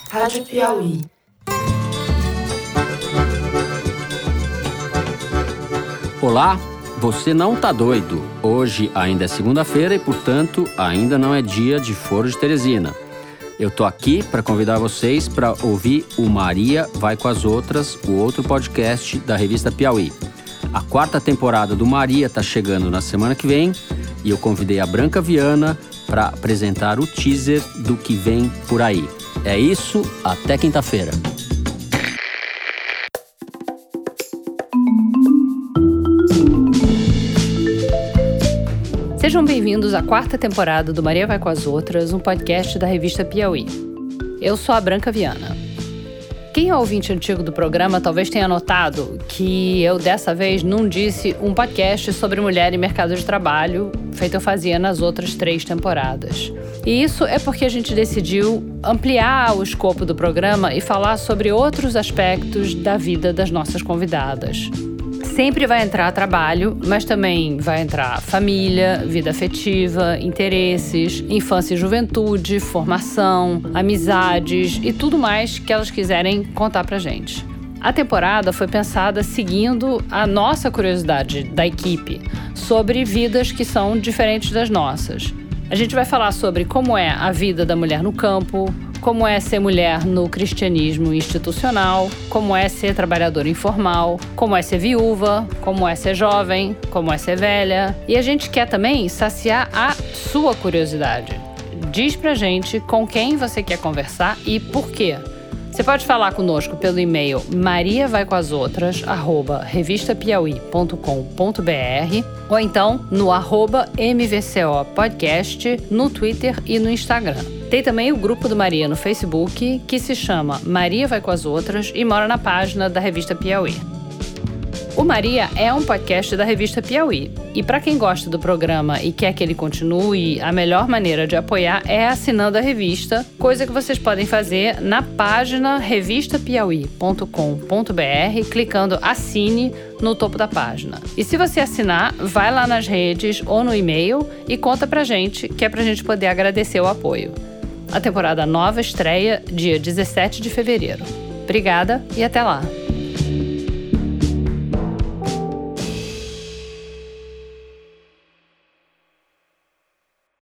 Rádio Piauí. Olá, você não tá doido. Hoje ainda é segunda-feira e, portanto, ainda não é dia de Foro de Teresina. Eu tô aqui para convidar vocês para ouvir o Maria Vai com as Outras, o outro podcast da revista Piauí. A 4ª temporada do Maria tá chegando na semana que vem e eu convidei a Branca Viana para apresentar o teaser do que vem por aí. É isso, até quinta-feira. Sejam bem-vindos à 4ª temporada do Maria Vai com as Outras, um podcast da revista Piauí. Eu sou a Branca Viana. Quem é ouvinte antigo do programa talvez tenha notado que eu, dessa vez, não disse um podcast sobre mulher e mercado de trabalho, feito eu fazia nas outras 3 temporadas. E isso é porque a gente decidiu ampliar o escopo do programa e falar sobre outros aspectos da vida das nossas convidadas. Sempre vai entrar trabalho, mas também vai entrar família, vida afetiva, interesses, infância e juventude, formação, amizades e tudo mais que elas quiserem contar pra gente. A temporada foi pensada seguindo a nossa curiosidade da equipe sobre vidas que são diferentes das nossas. A gente vai falar sobre como é a vida da mulher no campo, como é ser mulher no cristianismo institucional, como é ser trabalhadora informal, como é ser viúva, como é ser jovem, como é ser velha. E a gente quer também saciar a sua curiosidade. Diz pra gente com quem você quer conversar e por quê. Você pode falar conosco pelo e-mail mariavaicomasotras@revistapiauí.com.br ou então no @MVCOpodcast no Twitter e no Instagram. Tem também o grupo do Maria no Facebook, que se chama Maria Vai com as Outras e mora na página da revista Piauí. O Maria é um podcast da revista Piauí. E para quem gosta do programa e quer que ele continue, a melhor maneira de apoiar é assinando a revista, coisa que vocês podem fazer na página revistapiauí.com.br, clicando Assine no topo da página. E se você assinar, vai lá nas redes ou no e-mail e conta pra gente, que é pra gente poder agradecer o apoio. A temporada nova estreia dia 17 de fevereiro. Obrigada e até lá!